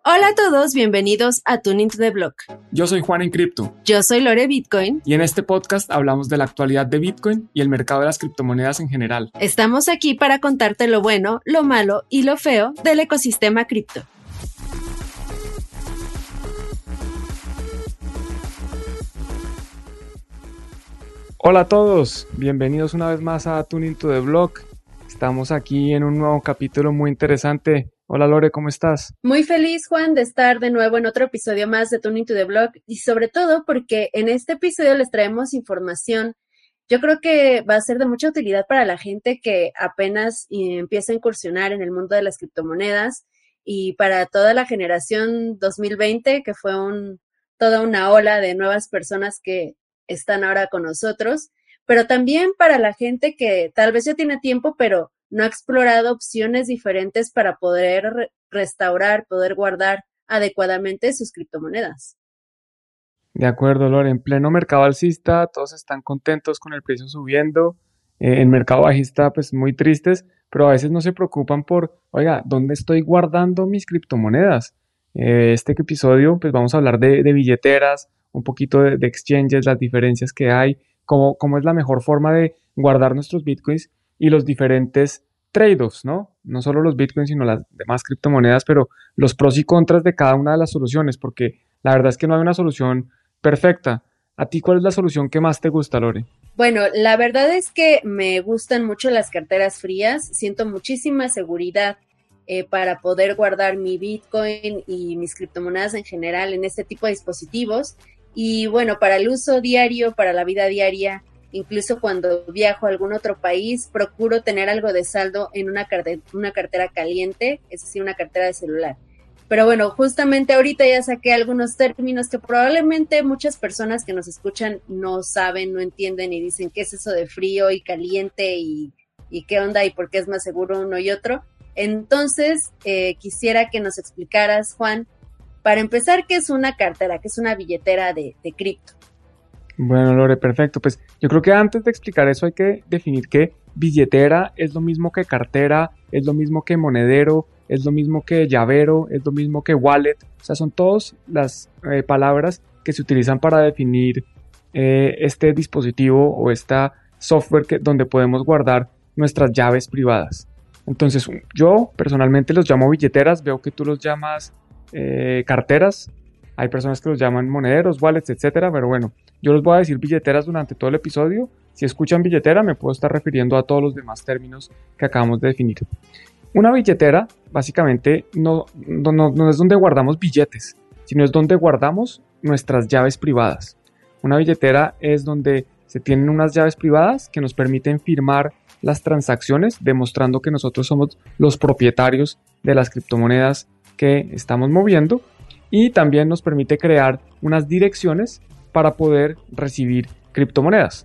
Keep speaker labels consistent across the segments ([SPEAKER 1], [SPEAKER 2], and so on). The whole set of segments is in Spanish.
[SPEAKER 1] Hola a todos, bienvenidos a Tune Into the Block.
[SPEAKER 2] Yo soy Juan en Cripto.
[SPEAKER 1] Yo soy Lore Bitcoin.
[SPEAKER 2] Y en este podcast hablamos de la actualidad de Bitcoin y el mercado de las criptomonedas en general.
[SPEAKER 1] Estamos aquí para contarte lo bueno, lo malo y lo feo del ecosistema cripto.
[SPEAKER 2] Hola a todos, bienvenidos una vez más a Tune Into the Block. Estamos aquí en un nuevo capítulo muy interesante. Hola Lore, ¿cómo estás?
[SPEAKER 1] Muy feliz, Juan, de estar de nuevo en otro episodio más de Tune Into the Block y sobre todo porque en este episodio les traemos información. Yo creo que va a ser de mucha utilidad para la gente que apenas empieza a incursionar en el mundo de las criptomonedas y para toda la generación 2020, que fue toda una ola de nuevas personas que están ahora con nosotros, pero también para la gente que tal vez ya tiene tiempo, pero no ha explorado opciones diferentes para poder restaurar, poder guardar adecuadamente sus criptomonedas.
[SPEAKER 2] De acuerdo, Lore, en pleno mercado alcista, todos están contentos con el precio subiendo, en mercado bajista, pues muy tristes, pero a veces no se preocupan por, oiga, ¿dónde estoy guardando mis criptomonedas? Este episodio, pues vamos a hablar de billeteras, un poquito de exchanges, las diferencias que hay, cómo es la mejor forma de guardar nuestros bitcoins y los diferentes trade-offs, ¿no? No solo los bitcoins, sino las demás criptomonedas, pero los pros y contras de cada una de las soluciones, porque la verdad es que no hay una solución perfecta. ¿A ti cuál es la solución que más te gusta, Lore?
[SPEAKER 1] Bueno, la verdad es que me gustan mucho las carteras frías, siento muchísima seguridad para poder guardar mi Bitcoin y mis criptomonedas en general en este tipo de dispositivos. Y bueno, para el uso diario, para la vida diaria, incluso cuando viajo a algún otro país, procuro tener algo de saldo en una cartera caliente, es decir, una cartera de celular. Pero bueno, justamente ahorita ya saqué algunos términos que probablemente muchas personas que nos escuchan no saben, no entienden y dicen qué es eso de frío y caliente y qué onda y por qué es más seguro uno y otro. Entonces, quisiera que nos explicaras, Juan, para empezar, ¿qué es una cartera? ¿Qué es una billetera de cripto?
[SPEAKER 2] Bueno, Lore, perfecto. Pues yo creo que antes de explicar eso hay que definir que billetera es lo mismo que cartera, es lo mismo que monedero, es lo mismo que llavero, es lo mismo que wallet. O sea, son todas las palabras que se utilizan para definir este dispositivo o esta software donde podemos guardar nuestras llaves privadas. Entonces, yo personalmente los llamo billeteras, veo que tú los llamas carteras. Hay personas que los llaman monederos, wallets, etcétera, pero bueno, yo les voy a decir billeteras durante todo el episodio. Si escuchan billetera, me puedo estar refiriendo a todos los demás términos que acabamos de definir. Una billetera, básicamente, no es donde guardamos billetes, sino es donde guardamos nuestras llaves privadas. Una billetera es donde se tienen unas llaves privadas que nos permiten firmar las transacciones, demostrando que nosotros somos los propietarios de las criptomonedas que estamos moviendo. Y también nos permite crear unas direcciones para poder recibir criptomonedas.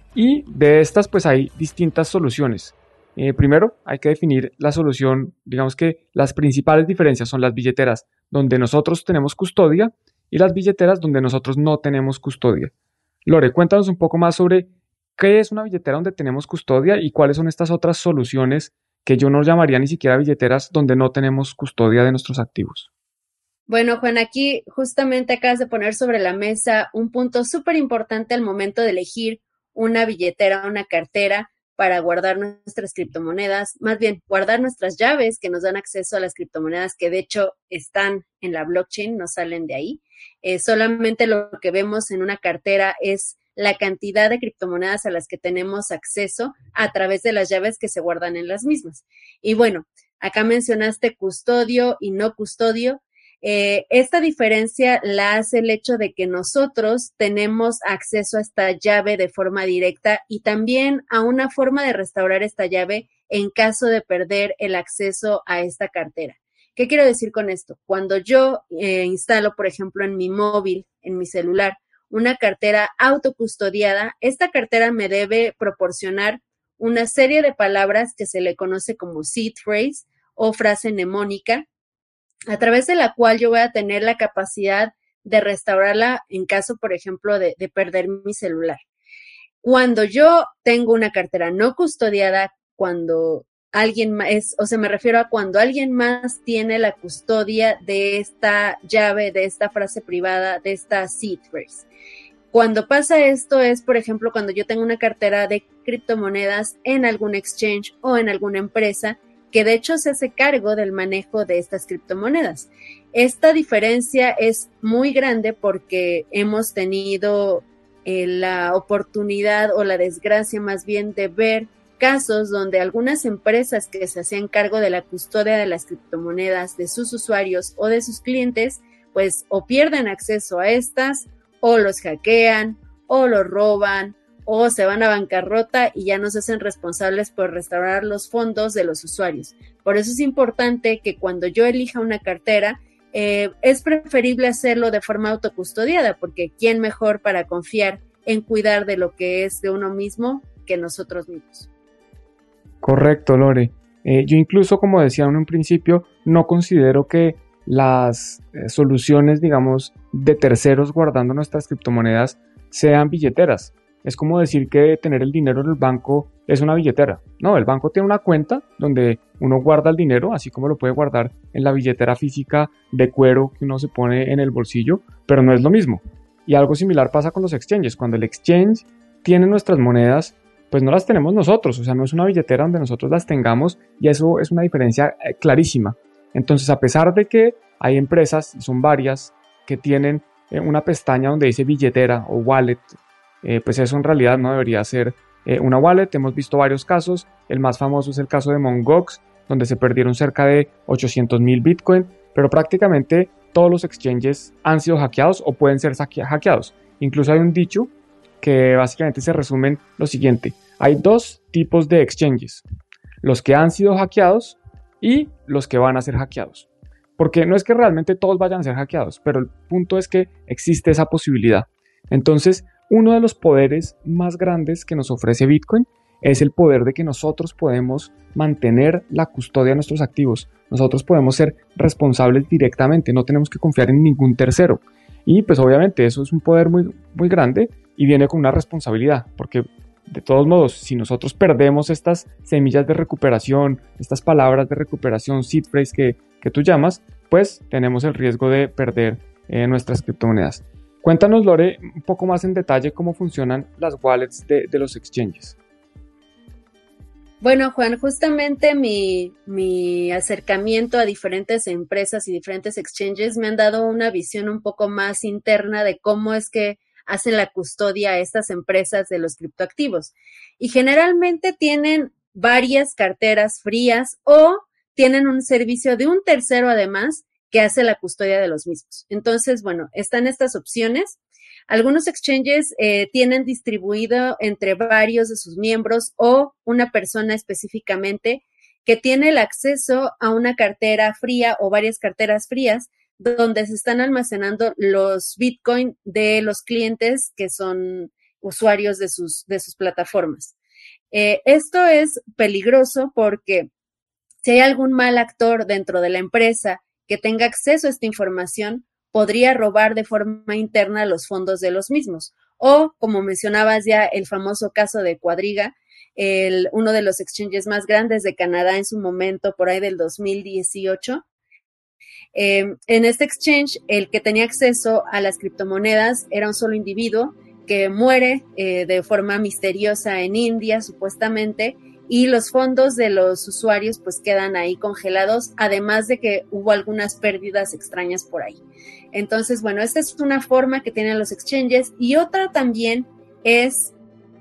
[SPEAKER 2] Y de estas pues hay distintas soluciones. Primero hay que definir la solución, digamos que las principales diferencias son las billeteras donde nosotros tenemos custodia y las billeteras donde nosotros no tenemos custodia. Lore, cuéntanos un poco más sobre qué es una billetera donde tenemos custodia y cuáles son estas otras soluciones que yo no llamaría ni siquiera billeteras donde no tenemos custodia de nuestros activos.
[SPEAKER 1] Bueno, Juan, aquí justamente acabas de poner sobre la mesa un punto súper importante al momento de elegir una billetera, una cartera para guardar nuestras criptomonedas, más bien guardar nuestras llaves que nos dan acceso a las criptomonedas que de hecho están en la blockchain, no salen de ahí. Solamente lo que vemos en una cartera es la cantidad de criptomonedas a las que tenemos acceso a través de las llaves que se guardan en las mismas. Y bueno, acá mencionaste custodio y no custodio. Esta diferencia la hace el hecho de que nosotros tenemos acceso a esta llave de forma directa y también a una forma de restaurar esta llave en caso de perder el acceso a esta cartera. ¿Qué quiero decir con esto? Cuando yo instalo, por ejemplo, en mi móvil, en mi celular, una cartera autocustodiada, esta cartera me debe proporcionar una serie de palabras que se le conoce como seed phrase o frase mnemónica, a través de la cual yo voy a tener la capacidad de restaurarla en caso, por ejemplo, de perder mi celular. Cuando yo tengo una cartera no custodiada, cuando alguien más, o sea, me refiero a cuando alguien más tiene la custodia de esta llave, de esta frase privada, de esta seed phrase. Cuando pasa esto es, por ejemplo, cuando yo tengo una cartera de criptomonedas en algún exchange o en alguna empresa que de hecho se hace cargo del manejo de estas criptomonedas. Esta diferencia es muy grande porque hemos tenido la oportunidad o la desgracia más bien de ver casos donde algunas empresas que se hacían cargo de la custodia de las criptomonedas de sus usuarios o de sus clientes, pues o pierden acceso a estas, o los hackean, o los roban, o se van a bancarrota y ya no se hacen responsables por restaurar los fondos de los usuarios. Por eso es importante que cuando yo elija una cartera, es preferible hacerlo de forma autocustodiada, porque ¿quién mejor para confiar en cuidar de lo que es de uno mismo que nosotros mismos?
[SPEAKER 2] Correcto, Lore. Yo incluso, como decía en un principio, no considero que las soluciones, digamos, de terceros guardando nuestras criptomonedas sean billeteras. Es como decir que tener el dinero en el banco es una billetera. No, el banco tiene una cuenta donde uno guarda el dinero, así como lo puede guardar en la billetera física de cuero que uno se pone en el bolsillo, pero no es lo mismo. Y algo similar pasa con los exchanges. Cuando el exchange tiene nuestras monedas, pues no las tenemos nosotros, o sea, no es una billetera donde nosotros las tengamos, y eso es una diferencia clarísima. Entonces, a pesar de que hay empresas, y son varias, que tienen una pestaña donde dice billetera o wallet, pues eso en realidad no debería ser una wallet. Hemos visto varios casos. El más famoso es el caso de Mt. Gox, donde se perdieron cerca de 800,000 Bitcoin, pero prácticamente todos los exchanges han sido hackeados o pueden ser hackeados. Incluso hay un dicho que básicamente se resume en lo siguiente: hay dos tipos de exchanges, los que han sido hackeados y los que van a ser hackeados. Porque no es que realmente todos vayan a ser hackeados, pero el punto es que existe esa posibilidad. Entonces, uno de los poderes más grandes que nos ofrece Bitcoin es el poder de que nosotros podemos mantener la custodia de nuestros activos. Nosotros podemos ser responsables directamente, no tenemos que confiar en ningún tercero. Y pues obviamente eso es un poder muy, muy grande y viene con una responsabilidad, porque de todos modos, si nosotros perdemos estas semillas de recuperación, estas palabras de recuperación, seed phrase que tú llamas, pues tenemos el riesgo de perder nuestras criptomonedas. Cuéntanos, Lore, un poco más en detalle cómo funcionan las wallets de los exchanges.
[SPEAKER 1] Bueno, Juan, justamente mi acercamiento a diferentes empresas y diferentes exchanges me han dado una visión un poco más interna de cómo es que hacen la custodia a estas empresas de los criptoactivos. Y generalmente tienen varias carteras frías o tienen un servicio de un tercero además que hace la custodia de los mismos. Entonces, bueno, están estas opciones. Algunos exchanges tienen distribuido entre varios de sus miembros o una persona específicamente que tiene el acceso a una cartera fría o varias carteras frías donde se están almacenando los Bitcoin de los clientes que son usuarios de sus plataformas. Esto es peligroso porque si hay algún mal actor dentro de la empresa que tenga acceso a esta información, podría robar de forma interna los fondos de los mismos. O, como mencionabas ya, el famoso caso de Quadriga, uno de los exchanges más grandes de Canadá en su momento, por ahí del 2018. En este exchange, el que tenía acceso a las criptomonedas era un solo individuo que muere de forma misteriosa en India, supuestamente, y los fondos de los usuarios pues quedan ahí congelados, además de que hubo algunas pérdidas extrañas por ahí. Entonces, bueno, esta es una forma que tienen los exchanges, y otra también es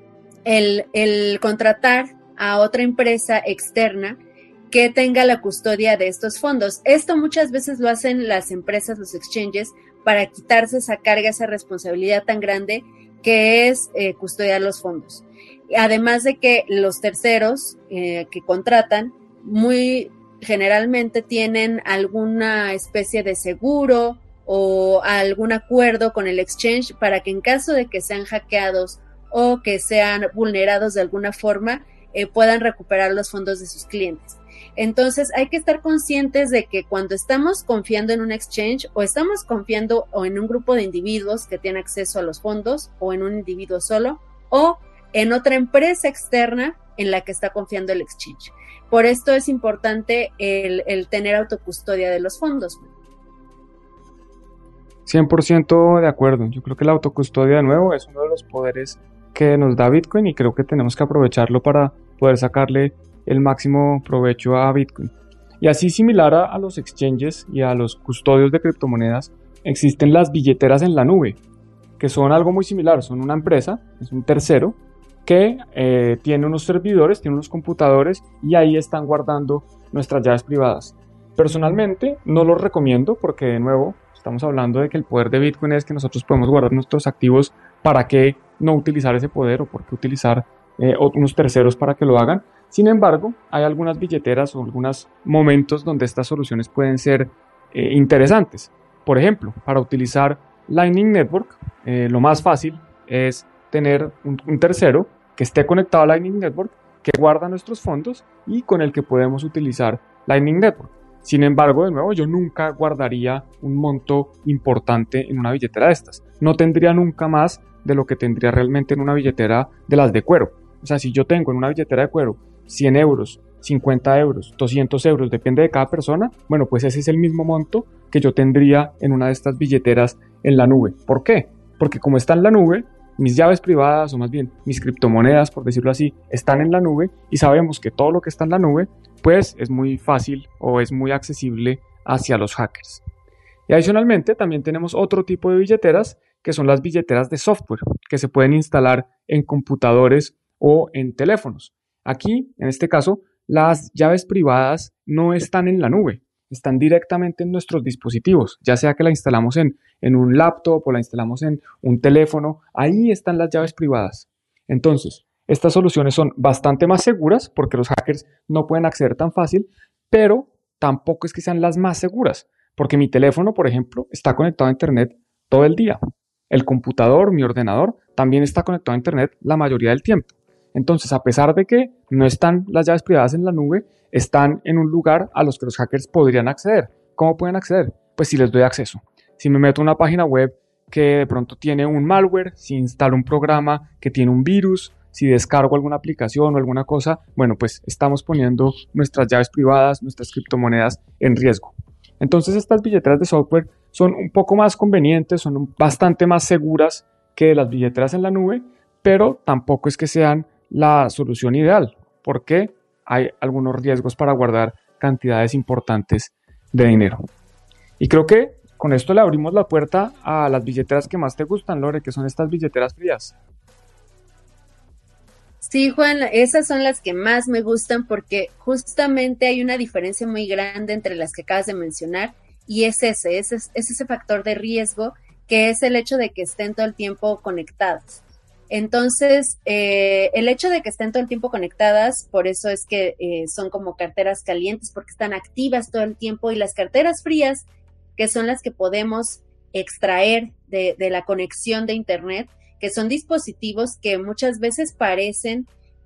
[SPEAKER 1] el contratar a otra empresa externa que tenga la custodia de estos fondos. Esto muchas veces lo hacen las empresas, los exchanges, para quitarse esa carga, esa responsabilidad tan grande que es custodiar los fondos. Además de que los terceros que contratan muy generalmente tienen alguna especie de seguro o algún acuerdo con el exchange para que en caso de que sean hackeados o que sean vulnerados de alguna forma, puedan recuperar los fondos de sus clientes. Entonces hay que estar conscientes de que cuando estamos confiando en un exchange o estamos confiando o en un grupo de individuos que tienen acceso a los fondos o en un individuo solo o en otra empresa externa en la que está confiando el exchange. Por esto es importante el tener autocustodia de los fondos.
[SPEAKER 2] 100% de acuerdo. Yo creo que la autocustodia, de nuevo, es uno de los poderes que nos da Bitcoin y creo que tenemos que aprovecharlo para poder sacarle el máximo provecho a Bitcoin. Y así similar a los exchanges y a los custodios de criptomonedas, existen las billeteras en la nube, que son algo muy similar. Son una empresa, es un tercero, que tiene unos servidores, tiene unos computadores y ahí están guardando nuestras llaves privadas. Personalmente no los recomiendo porque, de nuevo, estamos hablando de que el poder de Bitcoin es que nosotros podemos guardar nuestros activos. ¿Para qué no utilizar ese poder o por qué utilizar unos terceros para que lo hagan? Sin embargo, hay algunas billeteras o algunos momentos donde estas soluciones pueden ser interesantes. Por ejemplo, para utilizar Lightning Network, lo más fácil es tener un tercero que esté conectado a Lightning Network, que guarda nuestros fondos y con el que podemos utilizar Lightning Network. Sin embargo, de nuevo, yo nunca guardaría un monto importante en una billetera de estas. No tendría nunca más de lo que tendría realmente en una billetera de las de cuero. O sea, si yo tengo en una billetera de cuero 100 euros, 50 euros, 200 euros, depende de cada persona, bueno, pues ese es el mismo monto que yo tendría en una de estas billeteras en la nube. ¿Por qué? Porque como está en la nube, mis llaves privadas, o más bien mis criptomonedas, por decirlo así, están en la nube y sabemos que todo lo que está en la nube, pues es muy fácil o es muy accesible hacia los hackers. Y adicionalmente también tenemos otro tipo de billeteras que son las billeteras de software que se pueden instalar en computadores o en teléfonos. Aquí, en este caso, las llaves privadas no están en la nube, están directamente en nuestros dispositivos, ya sea que la instalamos en un laptop o la instalamos en un teléfono, ahí están las llaves privadas. Entonces, estas soluciones son bastante más seguras porque los hackers no pueden acceder tan fácil, pero tampoco es que sean las más seguras, porque mi teléfono, por ejemplo, está conectado a Internet todo el día. El computador, mi ordenador, también está conectado a Internet la mayoría del tiempo. Entonces, a pesar de que no están las llaves privadas en la nube, están en un lugar a los que los hackers podrían acceder. ¿Cómo pueden acceder? Pues si les doy acceso. Si me meto a una página web que de pronto tiene un malware, si instalo un programa que tiene un virus, si descargo alguna aplicación o alguna cosa, bueno, pues estamos poniendo nuestras llaves privadas, nuestras criptomonedas en riesgo. Entonces, estas billeteras de software son un poco más convenientes, son bastante más seguras que las billeteras en la nube, pero tampoco es que sean la solución ideal, porque hay algunos riesgos para guardar cantidades importantes de dinero. Y creo que con esto le abrimos la puerta a las billeteras que más te gustan, Lore, que son estas billeteras frías.
[SPEAKER 1] Sí, Juan, esas son las que más me gustan porque justamente hay una diferencia muy grande entre las que acabas de mencionar y es ese factor de riesgo que es el hecho de que estén todo el tiempo conectadas. Entonces, el hecho de que estén todo el tiempo conectadas, por eso es que son como carteras calientes porque están activas todo el tiempo y las carteras frías, que son las que podemos extraer de la conexión de Internet, que son dispositivos que muchas veces parecen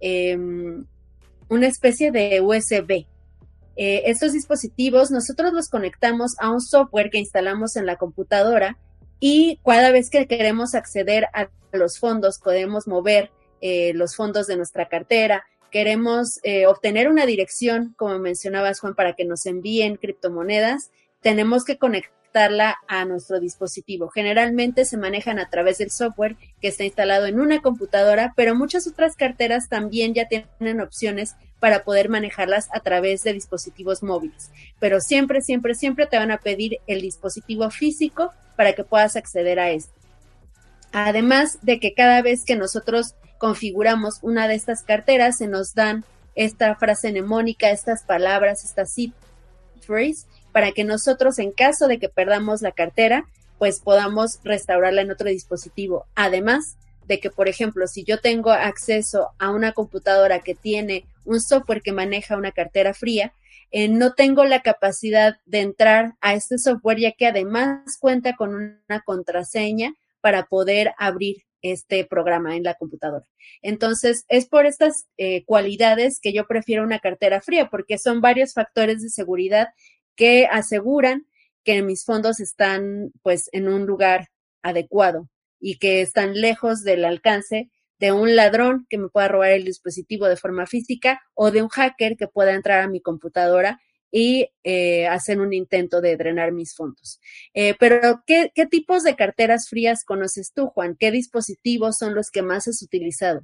[SPEAKER 1] una especie de USB. Estos dispositivos nosotros los conectamos a un software que instalamos en la computadora y cada vez que queremos acceder a los fondos, podemos mover los fondos de nuestra cartera, queremos obtener una dirección, como mencionabas, Juan, para que nos envíen criptomonedas, tenemos que conectarla a nuestro dispositivo. Generalmente se manejan a través del software que está instalado en una computadora, pero muchas otras carteras también ya tienen opciones para poder manejarlas a través de dispositivos móviles. Pero siempre, siempre, siempre te van a pedir el dispositivo físico para que puedas acceder a esto. Además de que cada vez que nosotros configuramos una de estas carteras, se nos dan esta frase mnemónica, estas palabras, esta seed phrase, para que nosotros, en caso de que perdamos la cartera, pues podamos restaurarla en otro dispositivo. Además de que, por ejemplo, si yo tengo acceso a una computadora que tiene un software que maneja una cartera fría, no tengo la capacidad de entrar a este software, ya que además cuenta con una contraseña para poder abrir este programa en la computadora. Entonces, es por estas cualidades que yo prefiero una cartera fría, porque son varios factores de seguridad que aseguran que mis fondos están pues en un lugar adecuado y que están lejos del alcance de un ladrón que me pueda robar el dispositivo de forma física o de un hacker que pueda entrar a mi computadora y hacer un intento de drenar mis fondos. Pero, ¿qué tipos de carteras frías conoces tú, Juan? ¿Qué dispositivos son los que más has utilizado?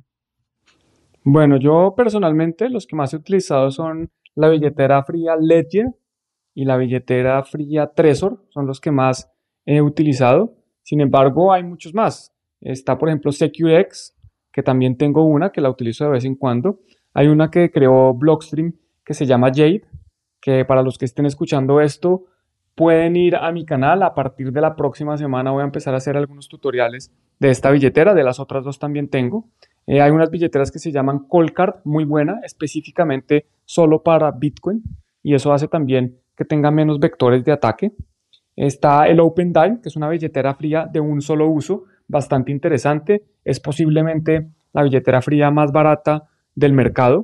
[SPEAKER 2] Bueno, yo personalmente los que más he utilizado son la billetera fría Ledger y la billetera fría Trezor, son los que más he utilizado. Sin embargo, hay muchos más. Está, por ejemplo, SecureX, que también tengo una que la utilizo de vez en cuando. Hay una que creó Blockstream que se llama Jade, que para los que estén escuchando esto, pueden ir a mi canal. A partir de la próxima semana voy a empezar a hacer algunos tutoriales de esta billetera, de las otras dos también tengo. Hay unas billeteras que se llaman Coldcard, muy buena, específicamente solo para Bitcoin, y eso hace también que tenga menos vectores de ataque. Está el OpenDime, que es una billetera fría de un solo uso, bastante interesante. Es posiblemente la billetera fría más barata del mercado.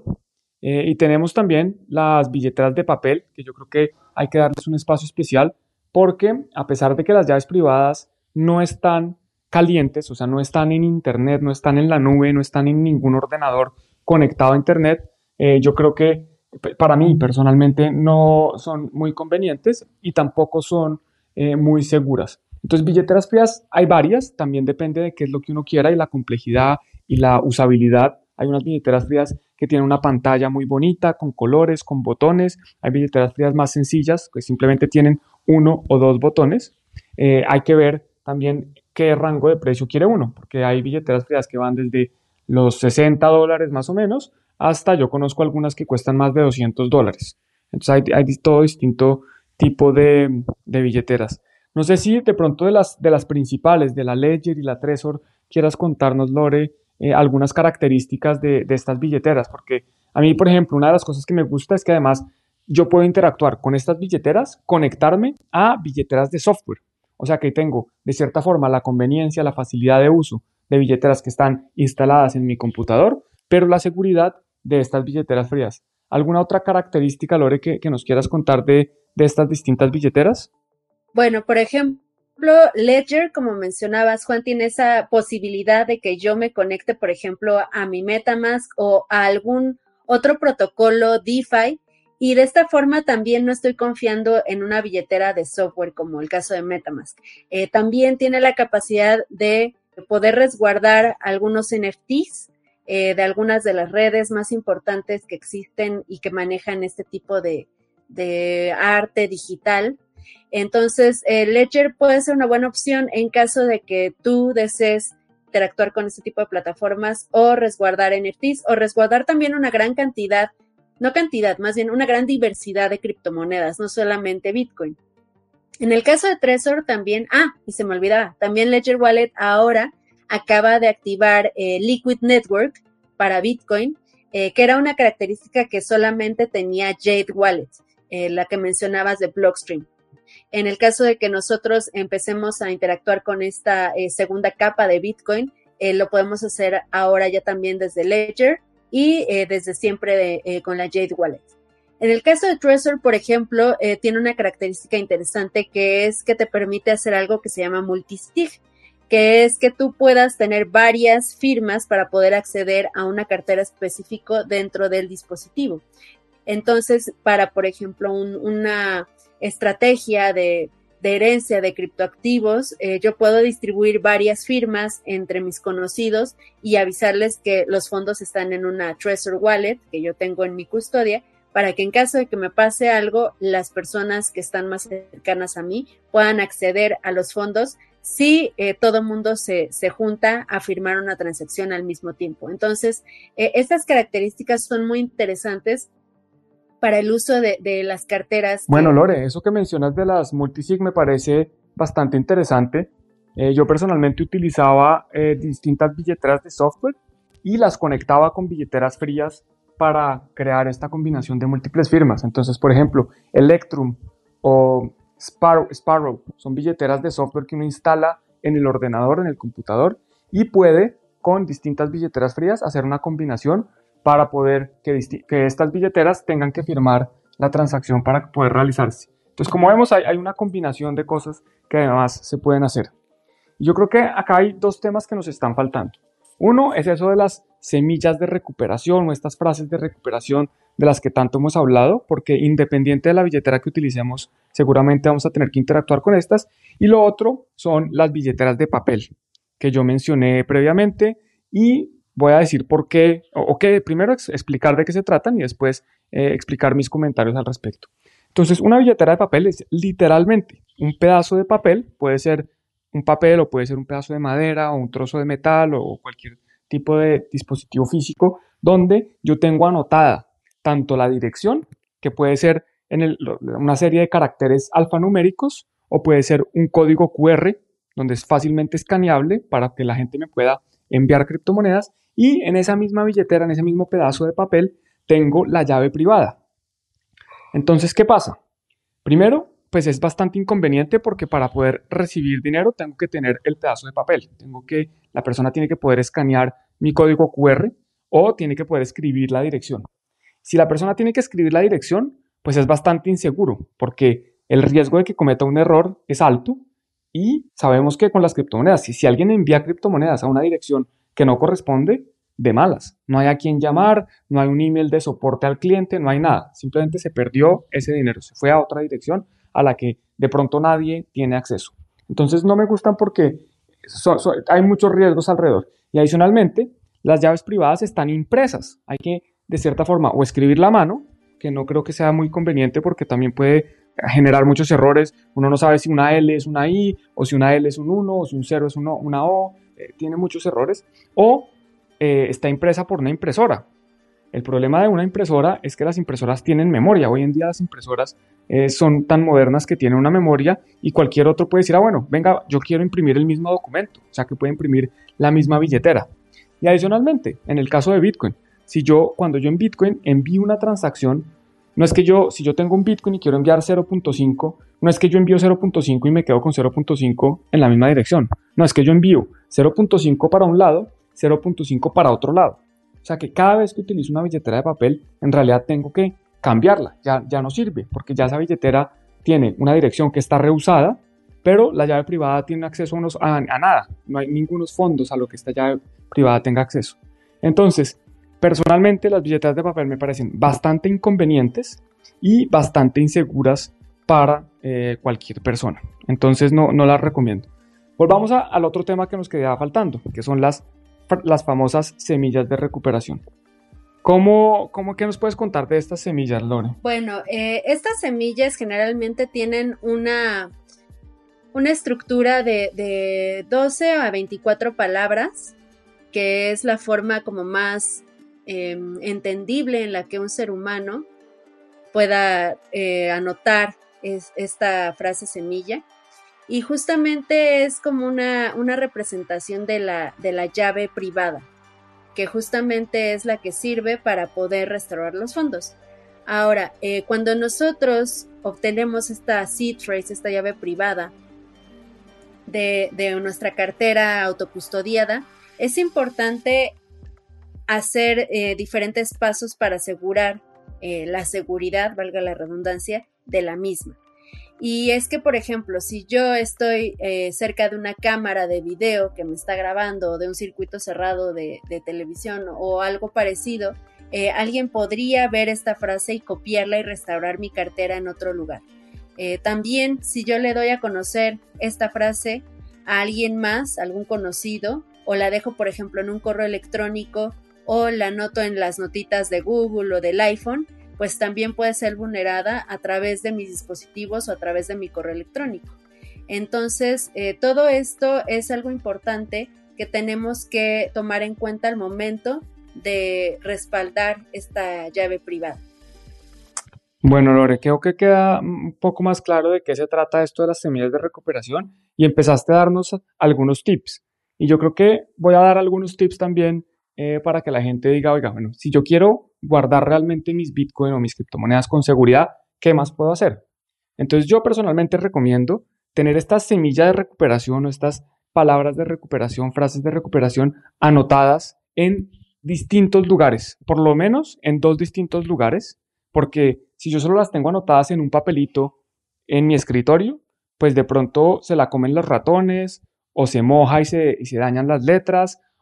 [SPEAKER 2] Y tenemos también las billeteras de papel, que yo creo que hay que darles un espacio especial, porque a pesar de que las llaves privadas no están calientes, o sea, no están en Internet, no están en la nube, no están en ningún ordenador conectado a Internet, yo creo que para mí personalmente no son muy convenientes y tampoco son muy seguras. Entonces, billeteras frías hay varias, también depende de qué es lo que uno quiera y la complejidad y la usabilidad. Hay unas billeteras frías que tienen una pantalla muy bonita, con colores, con botones. Hay billeteras frías más sencillas, que simplemente tienen uno o dos botones. Hay que ver también qué rango de precio quiere uno, porque hay billeteras frías que van desde los $60 más o menos, hasta yo conozco algunas que cuestan más de $200. Entonces hay todo distinto tipo de billeteras. No sé si de pronto de las principales, de la Ledger y la Trezor, quieras contarnos, Lore, algunas características de estas billeteras, porque a mí, por ejemplo, una de las cosas que me gusta es que además yo puedo interactuar con estas billeteras, conectarme a billeteras de software. O sea que tengo, de cierta forma, la conveniencia, la facilidad de uso de billeteras que están instaladas en mi computador, pero la seguridad de estas billeteras frías. ¿Alguna otra característica, Lore, que nos quieras contar de estas distintas billeteras?
[SPEAKER 1] Bueno, por ejemplo, Ledger, como mencionabas, Juan, tiene esa posibilidad de que yo me conecte, por ejemplo, a mi MetaMask o a algún otro protocolo DeFi, y de esta forma también no estoy confiando en una billetera de software como el caso de MetaMask. También tiene la capacidad de poder resguardar algunos NFTs de algunas de las redes más importantes que existen y que manejan este tipo de arte digital. Entonces, Ledger puede ser una buena opción en caso de que tú desees interactuar con este tipo de plataformas o resguardar NFTs o resguardar también una gran cantidad, no cantidad, más bien una gran diversidad de criptomonedas, no solamente Bitcoin. En el caso de Trezor también, y se me olvidaba, también Ledger Wallet ahora acaba de activar Liquid Network para Bitcoin, que era una característica que solamente tenía Jade Wallet, la que mencionabas de Blockstream. En el caso de que nosotros empecemos a interactuar con esta segunda capa de Bitcoin, lo podemos hacer ahora ya también desde Ledger y desde siempre con la Jade Wallet. En el caso de Trezor, por ejemplo, tiene una característica interesante que es que te permite hacer algo que se llama multistig, que es que tú puedas tener varias firmas para poder acceder a una cartera específica dentro del dispositivo. Entonces, para, por ejemplo, una estrategia de herencia de criptoactivos, yo puedo distribuir varias firmas entre mis conocidos y avisarles que los fondos están en una Trezor Wallet que yo tengo en mi custodia, para que en caso de que me pase algo, las personas que están más cercanas a mí puedan acceder a los fondos si todo el mundo se junta a firmar una transacción al mismo tiempo. Entonces, estas características son muy interesantes para el uso de las carteras.
[SPEAKER 2] Bueno, Lore, eso que mencionas de las multisig me parece bastante interesante. Yo personalmente utilizaba distintas billeteras de software y las conectaba con billeteras frías para crear esta combinación de múltiples firmas. Entonces, por ejemplo, Electrum o Sparrow son billeteras de software que uno instala en el ordenador, en el computador, y puede con distintas billeteras frías hacer una combinación para poder que estas billeteras tengan que firmar la transacción para poder realizarse. Entonces, como vemos, hay una combinación de cosas que además se pueden hacer. Y yo creo que acá hay dos temas que nos están faltando. Uno es eso de las semillas de recuperación o estas frases de recuperación de las que tanto hemos hablado, porque independiente de la billetera que utilicemos, seguramente vamos a tener que interactuar con estas. Y lo otro son las billeteras de papel que yo mencioné previamente y voy a decir por qué, o que primero explicar de qué se tratan y después explicar mis comentarios al respecto. Entonces, una billetera de papel es literalmente un pedazo de papel, puede ser un papel o puede ser un pedazo de madera o un trozo de metal o cualquier tipo de dispositivo físico donde yo tengo anotada tanto la dirección, que puede ser una serie de caracteres alfanuméricos o puede ser un código QR donde es fácilmente escaneable para que la gente me pueda enviar criptomonedas y en esa misma billetera, en ese mismo pedazo de papel, tengo la llave privada. Entonces, ¿qué pasa? Primero, pues es bastante inconveniente porque para poder recibir dinero tengo que tener el pedazo de papel. La persona tiene que poder escanear mi código QR o tiene que poder escribir la dirección. Si la persona tiene que escribir la dirección, pues es bastante inseguro porque el riesgo de que cometa un error es alto y sabemos que con las criptomonedas, si alguien envía criptomonedas a una dirección que no corresponde, de malas. No hay a quién llamar, no hay un email de soporte al cliente, no hay nada. Simplemente se perdió ese dinero, se fue a otra dirección a la que de pronto nadie tiene acceso. Entonces no me gustan porque hay muchos riesgos alrededor. Y adicionalmente, las llaves privadas están impresas. Hay que, de cierta forma, o escribirla a mano, que no creo que sea muy conveniente porque también puede generar muchos errores. Uno no sabe si una L es una I, o si una L es un 1, o si un 0 es una O. Tiene muchos errores. O está impresa por una impresora. El problema de una impresora es que las impresoras tienen memoria. Hoy en día las impresoras son tan modernas que tienen una memoria y cualquier otro puede decir, bueno, venga, yo quiero imprimir el mismo documento, o sea que puede imprimir la misma billetera. Y adicionalmente, en el caso de Bitcoin, cuando yo en Bitcoin envío una transacción, no es que si yo tengo un Bitcoin y quiero enviar 0.5, no es que yo envío 0.5 y me quedo con 0.5 en la misma dirección. No, es que yo envío 0.5 para un lado, 0.5 para otro lado. O sea que cada vez que utilizo una billetera de papel, en realidad tengo que cambiarla, ya no sirve, porque ya esa billetera tiene una dirección que está reusada, pero la llave privada tiene acceso a nada, no hay ningunos fondos a lo que esta llave privada tenga acceso. Entonces, personalmente las billeteras de papel me parecen bastante inconvenientes y bastante inseguras para cualquier persona. Entonces no las recomiendo. Volvamos al otro tema que nos quedaba faltando, que son las famosas semillas de recuperación. ¿Qué nos puedes contar de estas semillas, Lore?
[SPEAKER 1] Bueno, estas semillas generalmente tienen una estructura de 12 a 24 palabras, que es la forma como más entendible en la que un ser humano pueda anotar esta frase semilla. Y justamente es como una representación de la llave privada, que justamente es la que sirve para poder restaurar los fondos. Ahora, cuando nosotros obtenemos esta seed phrase, esta llave privada de nuestra cartera autocustodiada, es importante hacer diferentes pasos para asegurar la seguridad, valga la redundancia, de la misma. Y es que, por ejemplo, si yo estoy cerca de una cámara de video que me está grabando o de un circuito cerrado de televisión o algo parecido, alguien podría ver esta frase y copiarla y restaurar mi cartera en otro lugar. También, si yo le doy a conocer esta frase a alguien más, algún conocido, o la dejo, por ejemplo, en un correo electrónico o la anoto en las notitas de Google o del iPhone, pues también puede ser vulnerada a través de mis dispositivos o a través de mi correo electrónico. Entonces, todo esto es algo importante que tenemos que tomar en cuenta al momento de respaldar esta llave privada.
[SPEAKER 2] Bueno, Lore, creo que queda un poco más claro de qué se trata esto de las semillas de recuperación y empezaste a darnos algunos tips. Y yo creo que voy a dar algunos tips también para que la gente diga, oiga, bueno, si yo quiero guardar realmente mis Bitcoin o mis criptomonedas con seguridad, ¿qué más puedo hacer? Entonces yo personalmente recomiendo tener estas semillas de recuperación o estas palabras de recuperación, frases de recuperación anotadas en distintos lugares, por lo menos en 2 distintos lugares, porque si yo solo las tengo anotadas en un papelito en mi escritorio, pues de pronto se la comen los ratones o se moja y se dañan las letras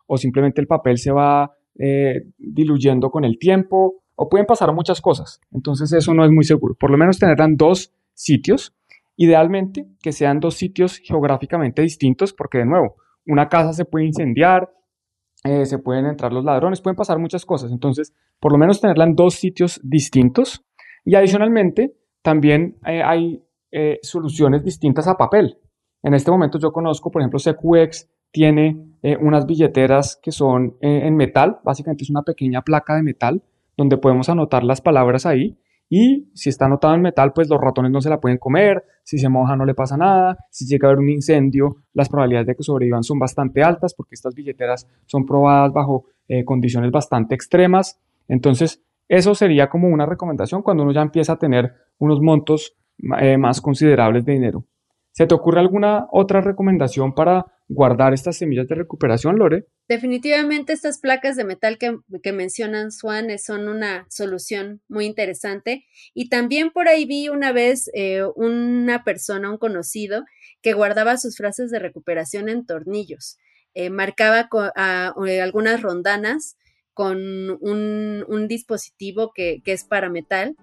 [SPEAKER 2] o simplemente el papel se va diluyendo con el tiempo, o pueden pasar muchas cosas. Entonces eso no es muy seguro. Por lo menos tenerla en dos sitios, idealmente que sean dos sitios geográficamente distintos, porque de nuevo, una casa se puede incendiar, se pueden entrar los ladrones, pueden pasar muchas cosas. Entonces, por lo menos tenerla en dos sitios distintos. Y adicionalmente, también hay soluciones distintas a papel. En este momento yo conozco, por ejemplo, CQX tiene unas billeteras que son en metal, básicamente es una pequeña placa de metal donde podemos anotar las palabras ahí y si está anotado en metal, pues los ratones no se la pueden comer, si se moja no le pasa nada, si llega a haber un incendio, las probabilidades de que sobrevivan son bastante altas porque estas billeteras son probadas bajo condiciones bastante extremas. Entonces, eso sería como una recomendación cuando uno ya empieza a tener unos montos más considerables de dinero. ¿Se te ocurre alguna otra recomendación para guardar estas semillas de recuperación, Lore?
[SPEAKER 1] Definitivamente estas placas de metal que mencionan Swan son una solución muy interesante. Y también por ahí vi una vez una persona, un conocido, que guardaba sus frases de recuperación en tornillos. Marcaba algunas rondanas con un dispositivo que es para metal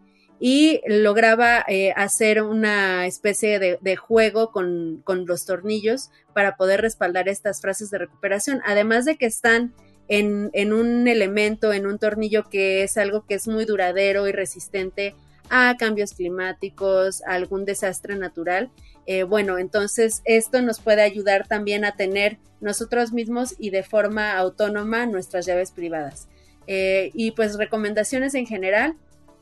[SPEAKER 1] y lograba hacer una especie de juego con los tornillos para poder respaldar estas frases de recuperación, además de que están en un elemento, en un tornillo que es algo que es muy duradero y resistente a cambios climáticos, a algún desastre natural. Bueno, entonces esto nos puede ayudar también a tener nosotros mismos y de forma autónoma nuestras llaves privadas. Y pues recomendaciones en general: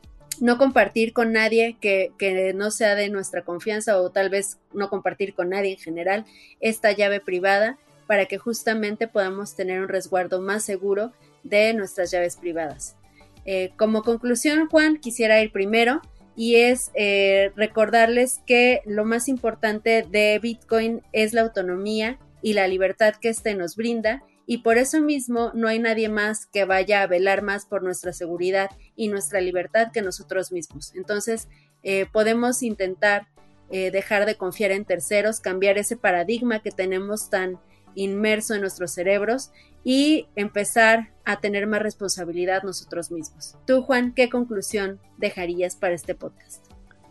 [SPEAKER 1] no compartir con nadie que no sea de nuestra confianza, o tal vez no compartir con nadie en general esta llave privada, para que justamente podamos tener un resguardo más seguro de nuestras llaves privadas. Como conclusión, Juan, quisiera ir primero y es recordarles que lo más importante de Bitcoin es la autonomía y la libertad que éste nos brinda, y por eso mismo no hay nadie más que vaya a velar más por nuestra seguridad y nuestra libertad que nosotros mismos. Entonces, podemos intentar dejar de confiar en terceros, cambiar ese paradigma que tenemos tan inmerso en nuestros cerebros y empezar a tener más responsabilidad nosotros mismos. Tú, Juan, ¿qué conclusión dejarías para este podcast?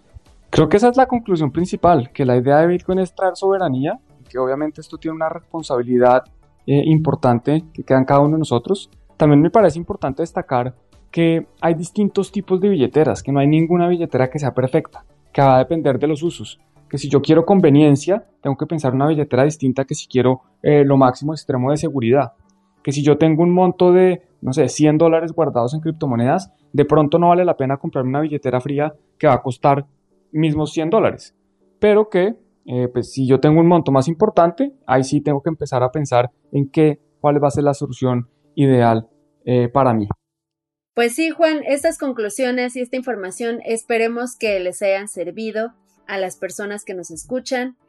[SPEAKER 2] Creo que esa es la conclusión principal, que la idea de Bitcoin es traer soberanía, que obviamente esto tiene una responsabilidad importante que queda en cada uno de nosotros. También me parece importante destacar que hay distintos tipos de billeteras, que no hay ninguna billetera que sea perfecta, que va a depender de los usos. Que si yo quiero conveniencia, tengo que pensar una billetera distinta que si quiero lo máximo extremo de seguridad. Que si yo tengo un monto de, no sé, $100 guardados en criptomonedas, de pronto no vale la pena comprarme una billetera fría que va a costar mismos $100. Pero que pues si yo tengo un monto más importante, ahí sí tengo que empezar a pensar en cuál va a ser la solución ideal para mí.
[SPEAKER 1] Pues sí, Juan, estas conclusiones y esta información esperemos que les hayan servido a las personas que nos escuchan.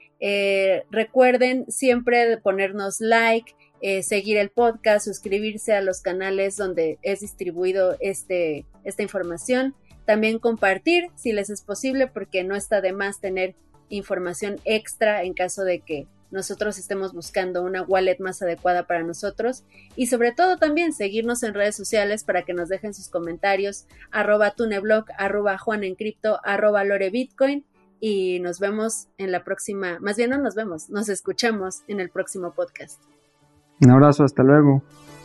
[SPEAKER 1] Recuerden siempre ponernos like, seguir el podcast, suscribirse a los canales donde es distribuido esta información. También compartir si les es posible, porque no está de más tener información extra en caso de que nosotros estemos buscando una wallet más adecuada para nosotros. Y sobre todo también seguirnos en redes sociales para que nos dejen sus comentarios, @tuneblog, @juanencrypto, @lorebitcoin, y nos vemos en la próxima, más bien no nos vemos, nos escuchamos en el próximo podcast.
[SPEAKER 2] Un abrazo, hasta luego.